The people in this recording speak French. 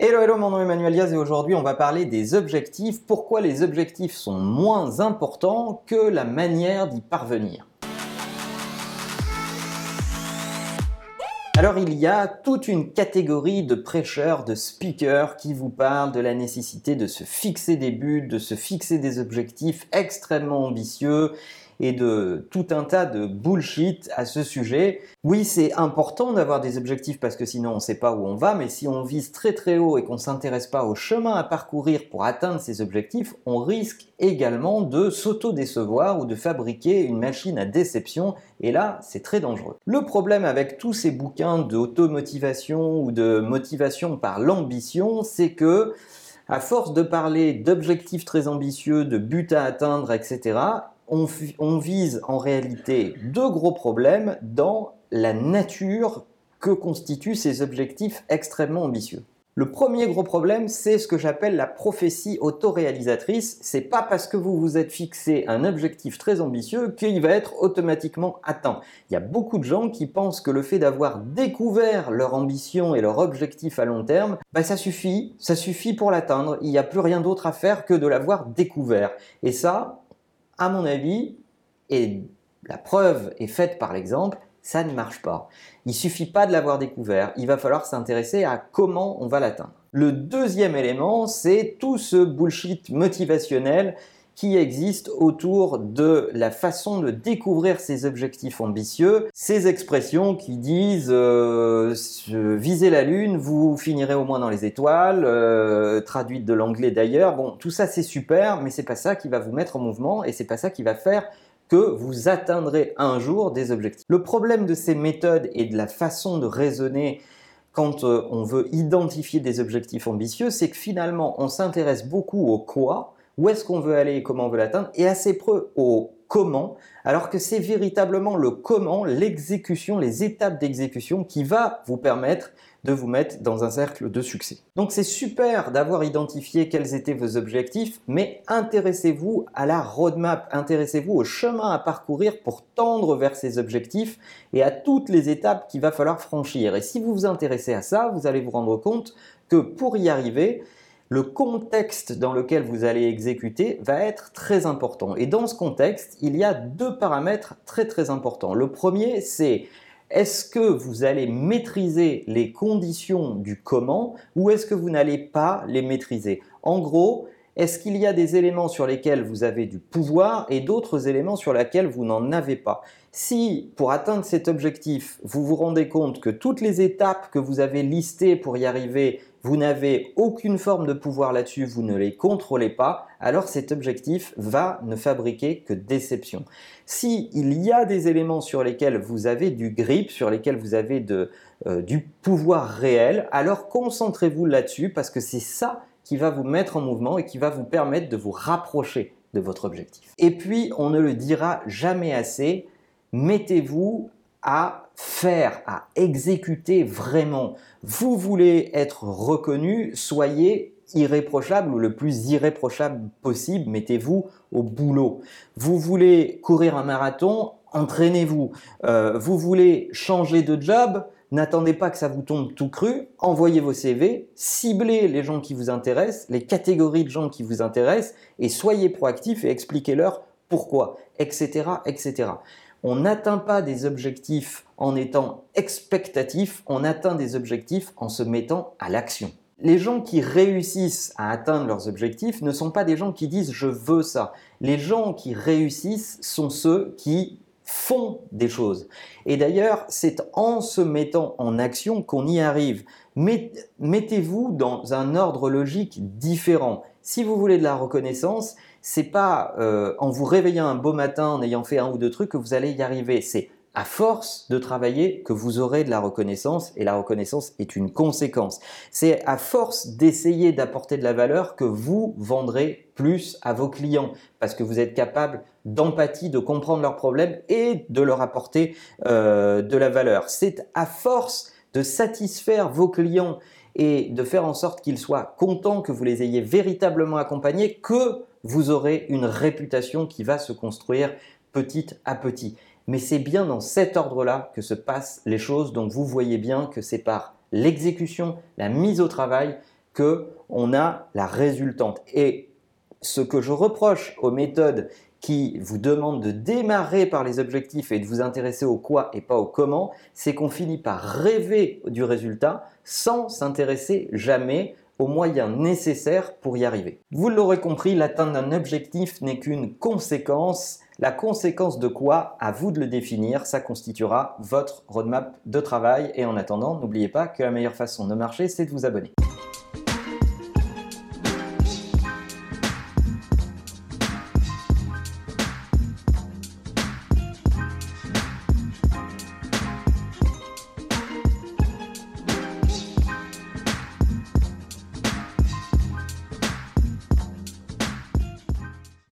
Hello, hello, mon nom est Emmanuel Diaz et aujourd'hui on va parler des objectifs. Pourquoi les objectifs sont moins importants que la manière d'y parvenir. Alors il y a toute une catégorie de prêcheurs, de speakers qui vous parlent de la nécessité de se fixer des buts, de se fixer des objectifs extrêmement ambitieux et de tout un tas de bullshit à ce sujet. Oui, c'est important d'avoir des objectifs parce que sinon on ne sait pas où on va, mais si on vise très très haut et qu'on ne s'intéresse pas au chemin à parcourir pour atteindre ces objectifs, on risque également de s'auto-décevoir ou de fabriquer une machine à déception, et là c'est très dangereux. Le problème avec tous ces bouquins d'automotivation ou de motivation par l'ambition, c'est que à force de parler d'objectifs très ambitieux, de buts à atteindre, etc., on vise en réalité deux gros problèmes dans la nature que constituent ces objectifs extrêmement ambitieux. Le premier gros problème, c'est ce que j'appelle la prophétie autoréalisatrice. C'est pas parce que vous vous êtes fixé un objectif très ambitieux qu'il va être automatiquement atteint. Il y a beaucoup de gens qui pensent que le fait d'avoir découvert leur ambition et leur objectif à long terme, ça suffit pour l'atteindre. Il n'y a plus rien d'autre à faire que de l'avoir découvert. Et ça, à mon avis, et la preuve est faite par l'exemple, ça ne marche pas. Il ne suffit pas de l'avoir découvert, il va falloir s'intéresser à comment on va l'atteindre. Le deuxième élément, c'est tout ce bullshit motivationnel qui existe autour de la façon de découvrir ces objectifs ambitieux, ces expressions qui disent visez la lune, vous finirez au moins dans les étoiles, traduite de l'anglais d'ailleurs. Bon, tout ça c'est super, mais c'est pas ça qui va vous mettre en mouvement et c'est pas ça qui va faire que vous atteindrez un jour des objectifs. Le problème de ces méthodes et de la façon de raisonner quand on veut identifier des objectifs ambitieux, c'est que finalement on s'intéresse beaucoup au quoi, où est-ce qu'on veut aller et comment on veut l'atteindre, et assez peu au comment, alors que c'est véritablement le comment, l'exécution, les étapes d'exécution qui va vous permettre de vous mettre dans un cercle de succès. Donc c'est super d'avoir identifié quels étaient vos objectifs, mais intéressez-vous à la roadmap, intéressez-vous au chemin à parcourir pour tendre vers ces objectifs et à toutes les étapes qu'il va falloir franchir. Et si vous vous intéressez à ça, vous allez vous rendre compte que pour y arriver, le contexte dans lequel vous allez exécuter va être très important. Et dans ce contexte, il y a deux paramètres très très importants. Le premier, c'est est-ce que vous allez maîtriser les conditions du comment ou est-ce que vous n'allez pas les maîtriser? En gros, est-ce qu'il y a des éléments sur lesquels vous avez du pouvoir et d'autres éléments sur lesquels vous n'en avez pas? Si, pour atteindre cet objectif, vous vous rendez compte que toutes les étapes que vous avez listées pour y arriver, vous n'avez aucune forme de pouvoir là-dessus, vous ne les contrôlez pas, alors cet objectif va ne fabriquer que déception. Si il y a des éléments sur lesquels vous avez du grip, sur lesquels vous avez du pouvoir réel, alors concentrez-vous là-dessus parce que c'est ça qui va vous mettre en mouvement et qui va vous permettre de vous rapprocher de votre objectif. Et puis, on ne le dira jamais assez, mettez-vous à faire, à exécuter vraiment. Vous voulez être reconnu, soyez irréprochable ou le plus irréprochable possible, mettez-vous au boulot. Vous voulez courir un marathon, entraînez-vous. Vous voulez changer de job, n'attendez pas que ça vous tombe tout cru, envoyez vos CV, ciblez les gens qui vous intéressent, les catégories de gens qui vous intéressent et soyez proactifs et expliquez-leur pourquoi, etc., etc. On n'atteint pas des objectifs en étant expectatif, on atteint des objectifs en se mettant à l'action. Les gens qui réussissent à atteindre leurs objectifs ne sont pas des gens qui disent « je veux ça ». Les gens qui réussissent sont ceux qui font des choses. Et d'ailleurs, c'est en se mettant en action qu'on y arrive. Mettez-vous dans un ordre logique différent. Si vous voulez de la reconnaissance, c'est pas en vous réveillant un beau matin en ayant fait un ou deux trucs que vous allez y arriver. C'est à force de travailler que vous aurez de la reconnaissance et la reconnaissance est une conséquence. C'est à force d'essayer d'apporter de la valeur que vous vendrez plus à vos clients parce que vous êtes capable d'empathie, de comprendre leurs problèmes et de leur apporter de la valeur. C'est à force de satisfaire vos clients et de faire en sorte qu'ils soient contents que vous les ayez véritablement accompagnés que vous aurez une réputation qui va se construire petit à petit. Mais c'est bien dans cet ordre-là que se passent les choses, donc vous voyez bien que c'est par l'exécution, la mise au travail qu'on a la résultante. Et ce que je reproche aux méthodes qui vous demandent de démarrer par les objectifs et de vous intéresser au quoi et pas au comment, c'est qu'on finit par rêver du résultat sans s'intéresser jamais aux moyens nécessaires pour y arriver. Vous l'aurez compris, l'atteinte d'un objectif n'est qu'une conséquence. La conséquence de quoi, à vous de le définir, ça constituera votre roadmap de travail. Et en attendant, n'oubliez pas que la meilleure façon de marcher, c'est de vous abonner.